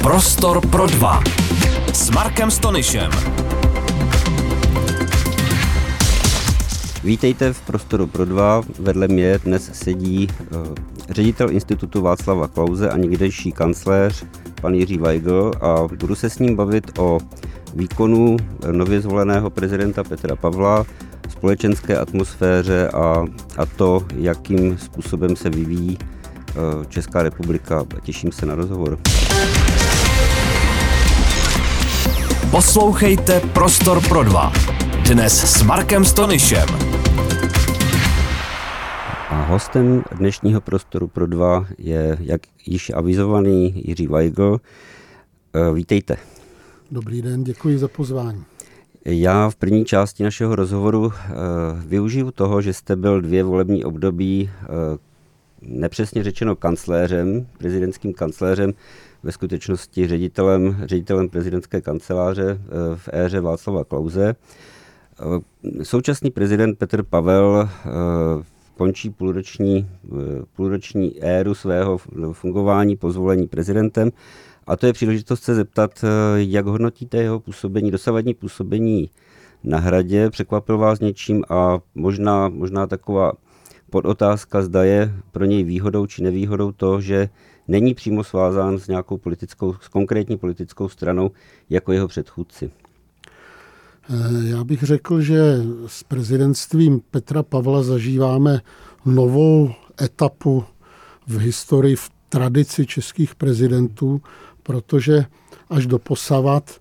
Prostor pro dva s Markem Stonyšem. Vítejte v Prostoru pro dva. Vedle mě dnes sedí ředitel Institutu Václava Klause a někdejší kancléř pan Jiří Weigl a budu se s ním bavit o výkonu nově zvoleného prezidenta Petra Pavla, společenské atmosféře a to, jakým způsobem se vyvíjí Česká republika. Těším se na rozhovor. Poslouchejte Prostor pro dva. Dnes s Markem Stonyšem. A hostem dnešního Prostoru pro dva je, jak již avizovaný, Jiří Weigl. Vítejte. Dobrý den, děkuji za pozvání. Já v první části našeho rozhovoru využiju toho, že jste byl 2 volební období nepřesně řečeno kancléřem, prezidentským kancléřem, ve skutečnosti ředitelem prezidentské kanceláře v éře Václava Klause. Současný prezident Petr Pavel končí půlroční éru svého fungování po zvolení prezidentem a to je příležitost se zeptat, jak hodnotíte jeho působení, dosavadní působení na Hradě, překvapil vás něčím a možná taková podotázka, zda je pro něj výhodou či nevýhodou to, že není přímo svázán s nějakou s konkrétní politickou stranou jako jeho předchůdci. Já bych řekl, že s prezidentstvím Petra Pavla zažíváme novou etapu v historii, v tradici českých prezidentů, protože až doposavad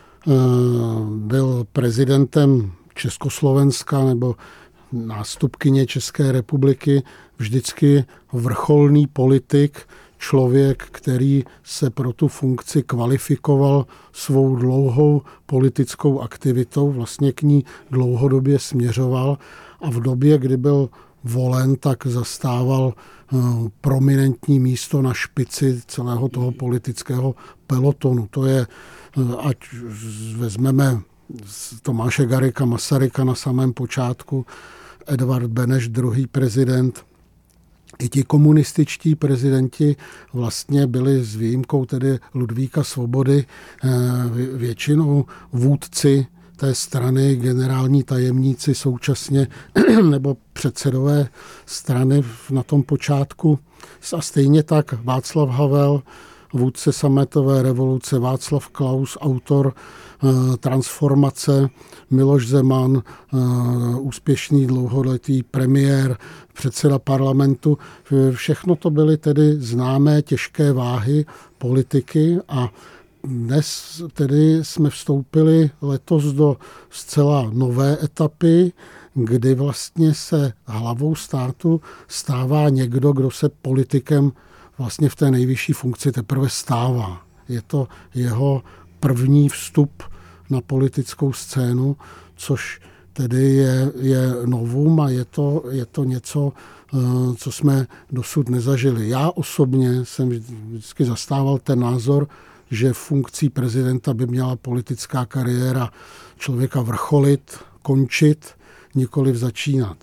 byl prezidentem Československa nebo nástupkyně České republiky vždycky vrcholný politik, člověk, který se pro tu funkci kvalifikoval svou dlouhou politickou aktivitou, vlastně k ní dlouhodobě směřoval a v době, kdy byl volen, tak zastával prominentní místo na špici celého toho politického pelotonu. To je, ať vezmeme Tomáše Garrigua Masaryka na samém počátku, Edvard Beneš, druhý prezident. I ti komunističtí prezidenti vlastně byli s výjimkou tedy Ludvíka Svobody většinou vůdci té strany, generální tajemníci současně nebo předsedové strany na tom počátku. A stejně tak Václav Havel, vůdce sametové revoluce, Václav Klaus, autor transformace, Miloš Zeman, úspěšný dlouholetý premiér, předseda parlamentu. Všechno to byly tedy známé těžké váhy politiky a dnes tedy jsme vstoupili letos do zcela nové etapy, kdy vlastně se hlavou státu stává někdo, kdo se politikem vlastně v té nejvyšší funkci teprve stává. Je to jeho první vstup na politickou scénu, což tedy je novum a je to něco, co jsme dosud nezažili. Já osobně jsem vždycky zastával ten názor, že funkcí prezidenta by měla politická kariéra člověka vrcholit, končit, nikoliv začínat.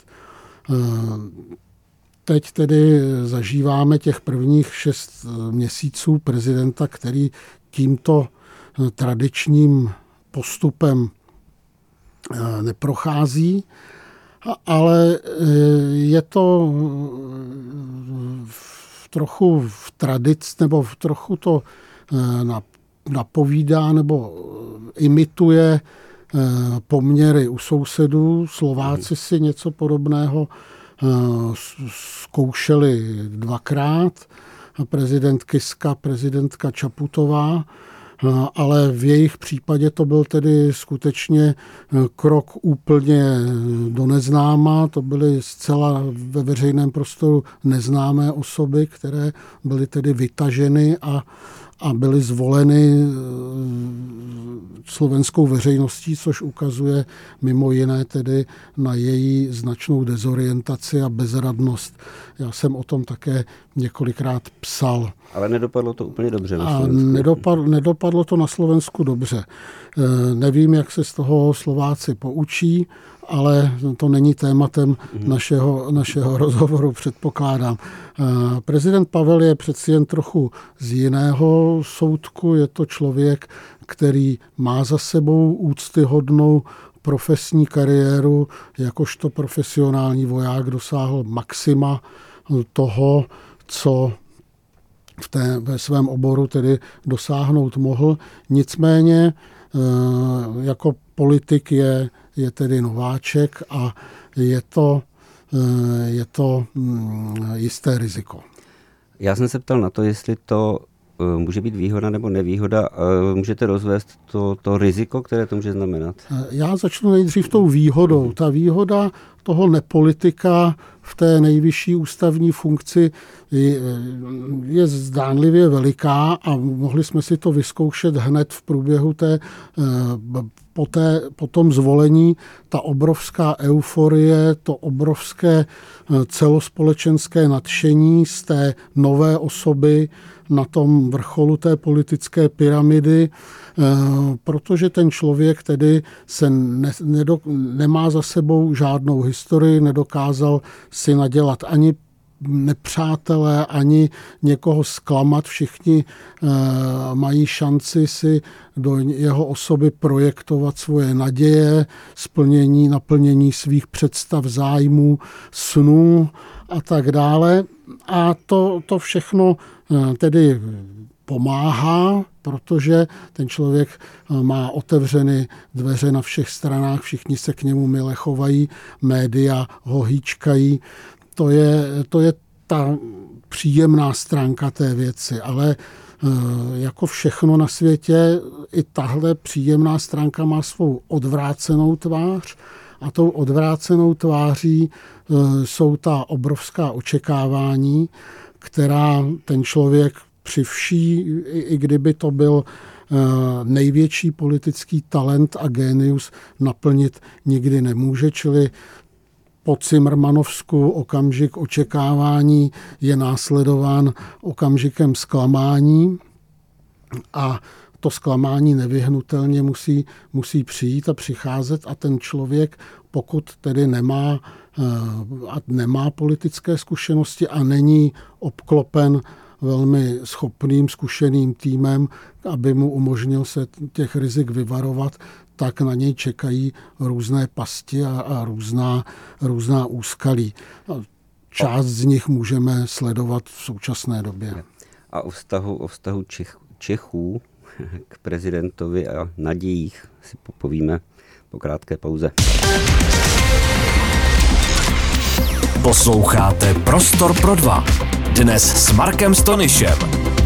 Teď tedy zažíváme těch prvních 6 měsíců prezidenta, který tímto tradičním postupem neprochází, ale je to trochu v tradici, nebo trochu to napovídá nebo imituje poměry u sousedů. Slováci si něco podobného zkoušeli 2krát, prezident Kiska, prezidentka Čaputová, ale v jejich případě to byl tedy skutečně krok úplně do neznáma. To byly zcela ve veřejném prostoru neznámé osoby, které byly tedy vytaženy a byly zvoleny slovenskou veřejností, což ukazuje mimo jiné tedy na její značnou dezorientaci a bezradnost. Já jsem o tom také několikrát psal. Ale nedopadlo to úplně dobře na Slovensku. Nedopadlo to na Slovensku dobře. Nevím, jak se z toho Slováci poučí, ale to není tématem našeho rozhovoru, předpokládám. Prezident Pavel je přeci jen trochu z jiného to soudku, je to člověk, který má za sebou úctyhodnou profesní kariéru, jakožto profesionální voják dosáhl maxima toho, co ve svém oboru tedy dosáhnout mohl. Nicméně jako politik je tedy nováček a je to jisté riziko. Já jsem se ptal na to, jestli to může být výhoda nebo nevýhoda. Můžete rozvést to riziko, které to může znamenat? Já začnu nejdřív tou výhodou. Ta výhoda toho nepolitika v té nejvyšší ústavní funkci je zdánlivě veliká a mohli jsme si to vyzkoušet hned v průběhu po tom zvolení. Ta obrovská euforie, to obrovské celospolečenské nadšení z té nové osoby na tom vrcholu té politické pyramidy, protože ten člověk tedy nemá za sebou žádnou historii, nedokázal si nadělat ani nepřátelé, ani někoho zklamat. Všichni mají šanci si do jeho osoby projektovat svoje naděje, naplnění svých představ, zájmů, snů a tak dále. A to všechno tedy pomáhá, protože ten člověk má otevřeny dveře na všech stranách, všichni se k němu mile chovají, média ho hýčkají. To je ta příjemná stránka té věci, ale jako všechno na světě, i tahle příjemná stránka má svou odvrácenou tvář a tou odvrácenou tváří jsou ta obrovská očekávání, která ten člověk při vší, i kdyby to byl největší politický talent a génius, naplnit nikdy nemůže, čili po Cimrmanovsku okamžik očekávání je následován okamžikem zklamání a to zklamání nevyhnutelně musí přijít a přicházet a ten člověk, pokud tedy nemá politické zkušenosti a není obklopen velmi schopným, zkušeným týmem, aby mu umožnil se těch rizik vyvarovat, tak na něj čekají různé pasti a různá úskalí. Část z nich můžeme sledovat v současné době. A o vztahu Čechů k prezidentovi a nadějích si popovíme po krátké pauze. Posloucháte Prostor pro dva. Dnes s Markem Stonyšem.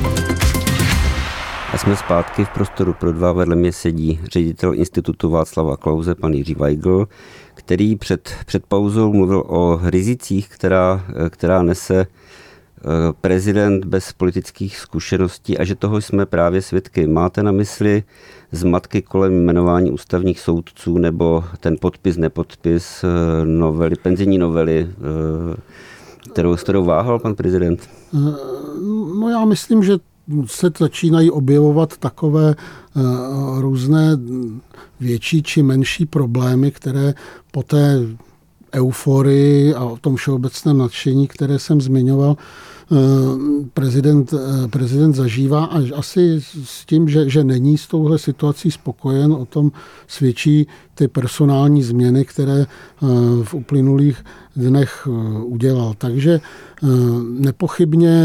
A jsme zpátky v Prostoru pro dva. Vedle mě sedí ředitel Institutu Václava Klause, pan Jiří Weigl, který před pauzou mluvil o rizicích, která nese prezident bez politických zkušeností a že toho jsme právě svědky. Máte na mysli zmatky kolem jmenování ústavních soudců nebo ten podpis, nepodpis penzijní novely, s kterou váhal pan prezident? No já myslím, že se začínají objevovat takové různé větší či menší problémy, které po té euforii a o tom všeobecném nadšení, které jsem zmiňoval, prezident zažívá a asi s tím, že není s touhle situací spokojen, o tom svědčí ty personální změny, které v uplynulých dnech udělal. Takže nepochybně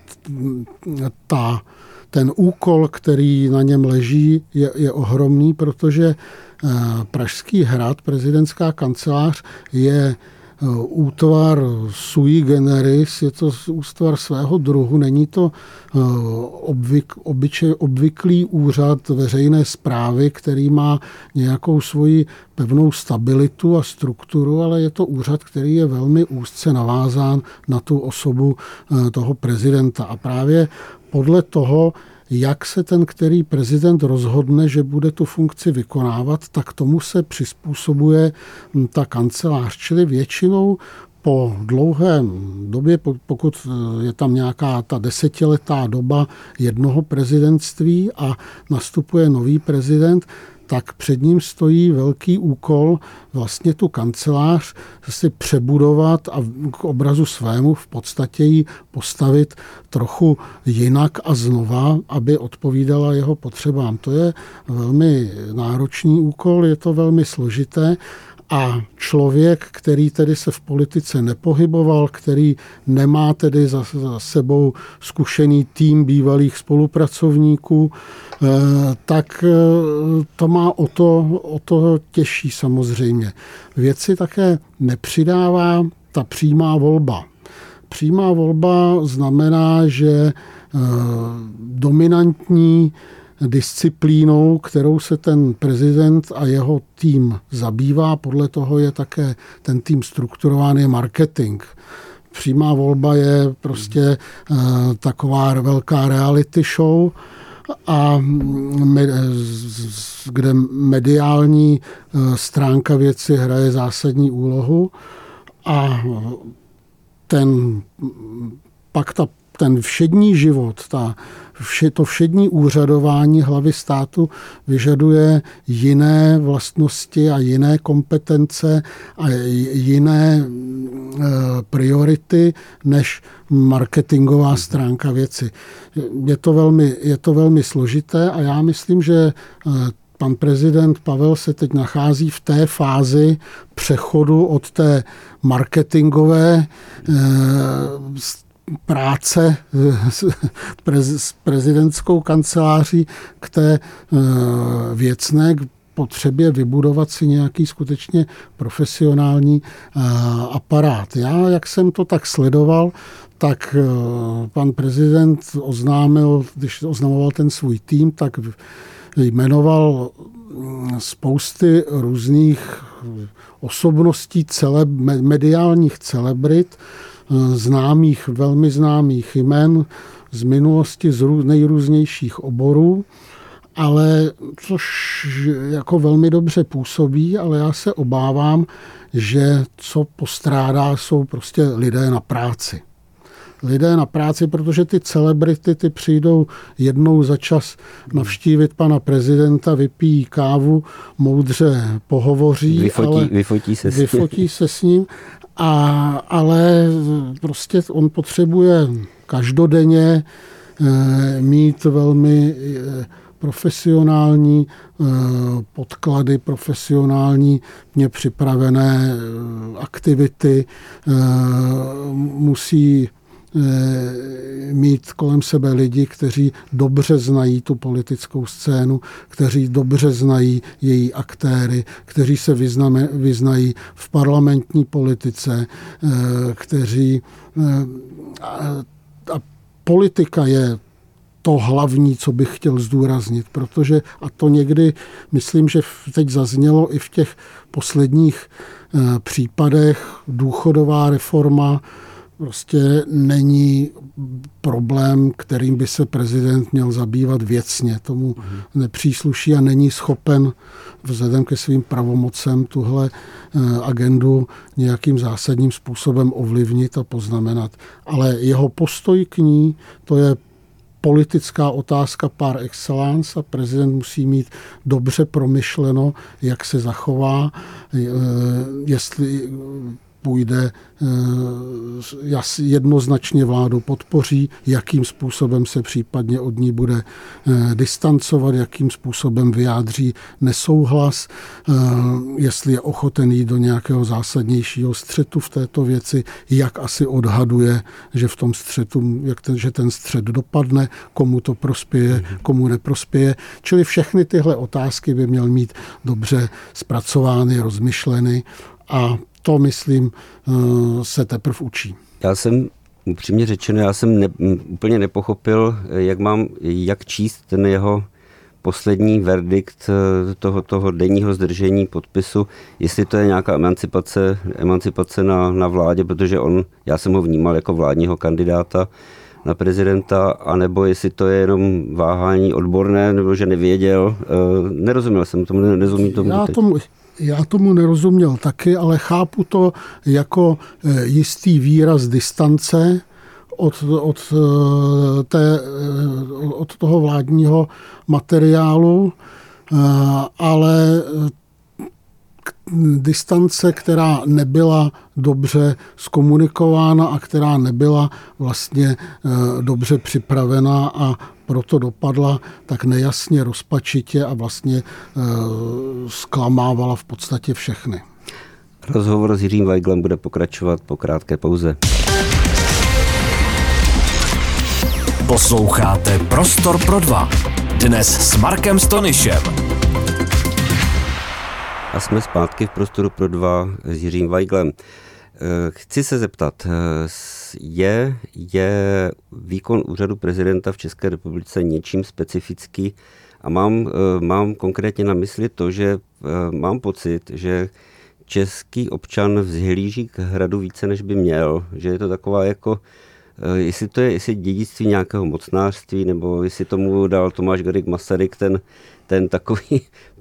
ten úkol, který na něm leží, je ohromný, protože Pražský hrad, prezidentská kancelář, je útvar sui generis, je to útvar svého druhu, není to obvyklý úřad veřejné správy, který má nějakou svoji pevnou stabilitu a strukturu, ale je to úřad, který je velmi úzce navázán na tu osobu toho prezidenta. A právě podle toho, jak se ten který prezident rozhodne, že bude tu funkci vykonávat, tak tomu se přizpůsobuje ta kancelář. Čili většinou po dlouhé době, pokud je tam nějaká ta 10letá doba jednoho prezidentství a nastupuje nový prezident, tak před ním stojí velký úkol vlastně tu kancelář si přebudovat a k obrazu svému v podstatě ji postavit trochu jinak a znova, aby odpovídala jeho potřebám. To je velmi náročný úkol, je to velmi složité. A člověk, který tedy se v politice nepohyboval, který nemá tedy za sebou zkušený tým bývalých spolupracovníků, tak to má o to těžší samozřejmě. Věci také nepřidává ta přímá volba. Přímá volba znamená, že dominantní disciplínou, kterou se ten prezident a jeho tým zabývá, podle toho je také ten tým strukturován, je marketing. Přímá volba je prostě taková velká reality show, a kde mediální stránka věci hraje zásadní úlohu a ten všední život, to všední úřadování hlavy státu vyžaduje jiné vlastnosti a jiné kompetence a jiné priority než marketingová stránka věci. Je to velmi složité a já myslím, že pan prezident Pavel se teď nachází v té fázi přechodu od té marketingové práce s prezidentskou kanceláří k té věcné, k potřebě vybudovat si nějaký skutečně profesionální aparát. Já, jak jsem to tak sledoval, tak pan prezident když oznamoval ten svůj tým, tak jmenoval spousty různých osobností, mediálních celebrit, velmi známých jmen z minulosti z nejrůznějších oborů, ale což jako velmi dobře působí, ale já se obávám, že co postrádá, jsou prostě lidé na práci. Lidé na práci, protože ty celebrity ty přijdou jednou za čas navštívit pana prezidenta, vypijí kávu, moudře pohovoří, vyfotí se s ním, ale prostě on potřebuje každodenně mít velmi profesionální podklady, profesionální připravené aktivity, musí mít kolem sebe lidi, kteří dobře znají tu politickou scénu, kteří dobře znají její aktéry, kteří se vyznají v parlamentní politice, a politika je to hlavní, co bych chtěl zdůraznit, protože, a to někdy, myslím, že teď zaznělo i v těch posledních případech, důchodová reforma prostě není problém, kterým by se prezident měl zabývat věcně. Tomu nepřísluší a není schopen vzhledem ke svým pravomocem tuhle agendu nějakým zásadním způsobem ovlivnit a poznamenat. Ale jeho postoj k ní, to je politická otázka par excellence a prezident musí mít dobře promyšleno, jak se zachová, jestli půjde jednoznačně vládu podpoří, jakým způsobem se případně od ní bude distancovat, jakým způsobem vyjádří nesouhlas, jestli je ochoten jít do nějakého zásadnějšího střetu v této věci, jak asi odhaduje, že v tom střetu, že ten střet dopadne, komu to prospěje, komu neprospěje. Čili všechny tyhle otázky by měl mít dobře zpracovány, rozmyšleny a to, myslím, se teprve učí. Já jsem, upřímně řečeno, úplně nepochopil, jak číst ten jeho poslední verdikt toho denního zdržení podpisu, jestli to je nějaká emancipace na vládě, protože já jsem ho vnímal jako vládního kandidáta na prezidenta, anebo jestli to je jenom váhání odborné, nebo že nevěděl. Nerozuměl jsem tomu, nerozumím tomu. Já tomu nerozuměl taky, ale chápu to jako jistý výraz distance od toho vládního materiálu. ale distance, která nebyla dobře zkomunikována a která nebyla vlastně dobře připravená a proto dopadla tak nejasně, rozpačitě a vlastně zklamávala v podstatě všechny. Rozhovor s Jiřím Weiglem bude pokračovat po krátké pauze. Posloucháte Prostor pro dva. Dnes s Markem Stonyšem. A jsme zpátky v Prostoru pro dva s Jiřím Weiglem. Chci se zeptat, je výkon úřadu prezidenta v České republice něčím specifický? A mám konkrétně na mysli to, že mám pocit, že český občan vzhlíží k hradu více, než by měl. Že je to taková jako, jestli dědictví nějakého mocnářství, nebo jestli tomu dal Tomáš Garrigue Masaryk ten takový,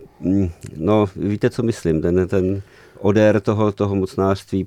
no víte, co myslím, ten odér toho mocnářství.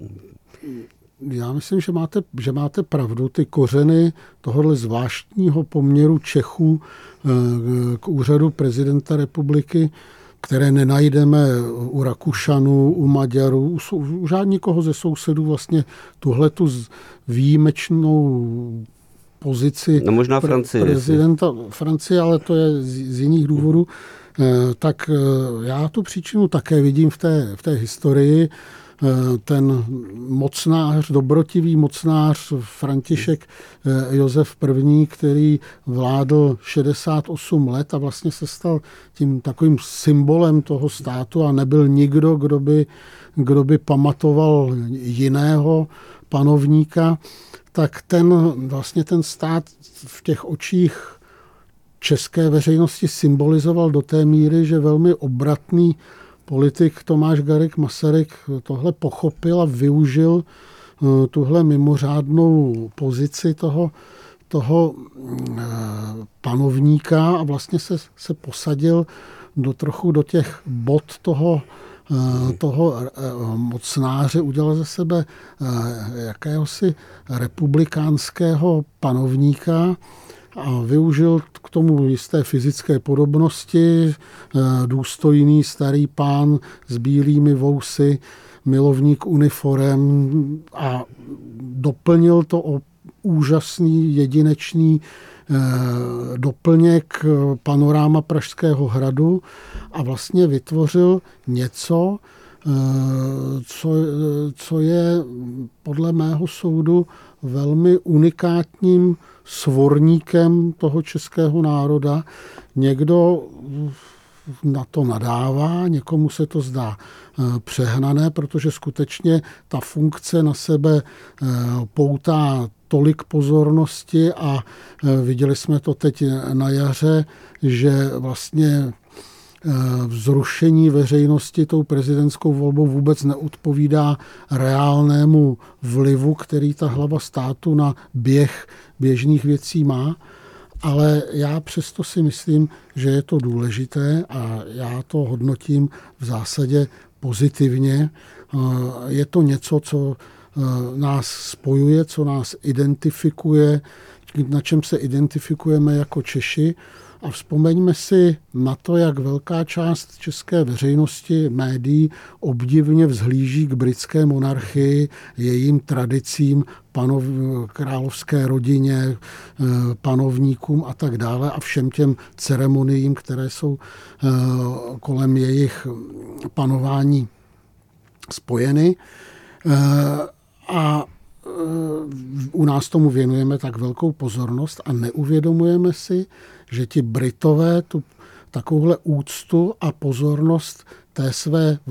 Já myslím, že máte pravdu. Ty kořeny tohohle zvláštního poměru Čechů k úřadu prezidenta republiky, které nenajdeme u Rakušanů, u Maďarů, u žádnikoho ze sousedů vlastně tuhletu výjimečnou pozici možná prezidenta Francie, ale to je z jiných důvodů. Tak já tu příčinu také vidím v té historii. Ten mocnář, dobrotivý mocnář František Josef I., který vládl 68 let a vlastně se stal tím takovým symbolem toho státu a nebyl nikdo, kdo by pamatoval jiného panovníka, tak ten stát v těch očích české veřejnosti symbolizoval do té míry, že velmi obratný politik Tomáš Garrigue Masaryk tohle pochopil a využil tuhle mimořádnou pozici toho panovníka a vlastně se posadil trochu do těch bod toho mocnáře, udělal ze sebe jakéhosi republikánského panovníka a využil k tomu jisté fyzické podobnosti, důstojný starý pán s bílými vousy, milovník uniforem a doplnil to o úžasný, jedinečný doplněk panoráma Pražského hradu a vlastně vytvořil něco, co je podle mého soudu velmi unikátním svorníkem toho českého národa. Někdo na to nadává, někomu se to zdá přehnané, protože skutečně ta funkce na sebe poutá tolik pozornosti a viděli jsme to teď na jaře, že vlastně vzrušení veřejnosti tou prezidentskou volbou vůbec neodpovídá reálnému vlivu, který ta hlava státu na běh běžných věcí má. Ale já přesto si myslím, že je to důležité a já to hodnotím v zásadě pozitivně. Je to něco, co nás spojuje, co nás identifikuje, na čem se identifikujeme jako Češi. A vzpomeňme si na to, jak velká část české veřejnosti, médií obdivně vzhlíží k britské monarchii, jejím tradicím, královské rodině, panovníkům a tak dále a všem těm ceremoniím, které jsou kolem jejich panování spojeny. A u nás tomu věnujeme tak velkou pozornost a neuvědomujeme si, že ti Britové tu takovouhle úctu a pozornost té své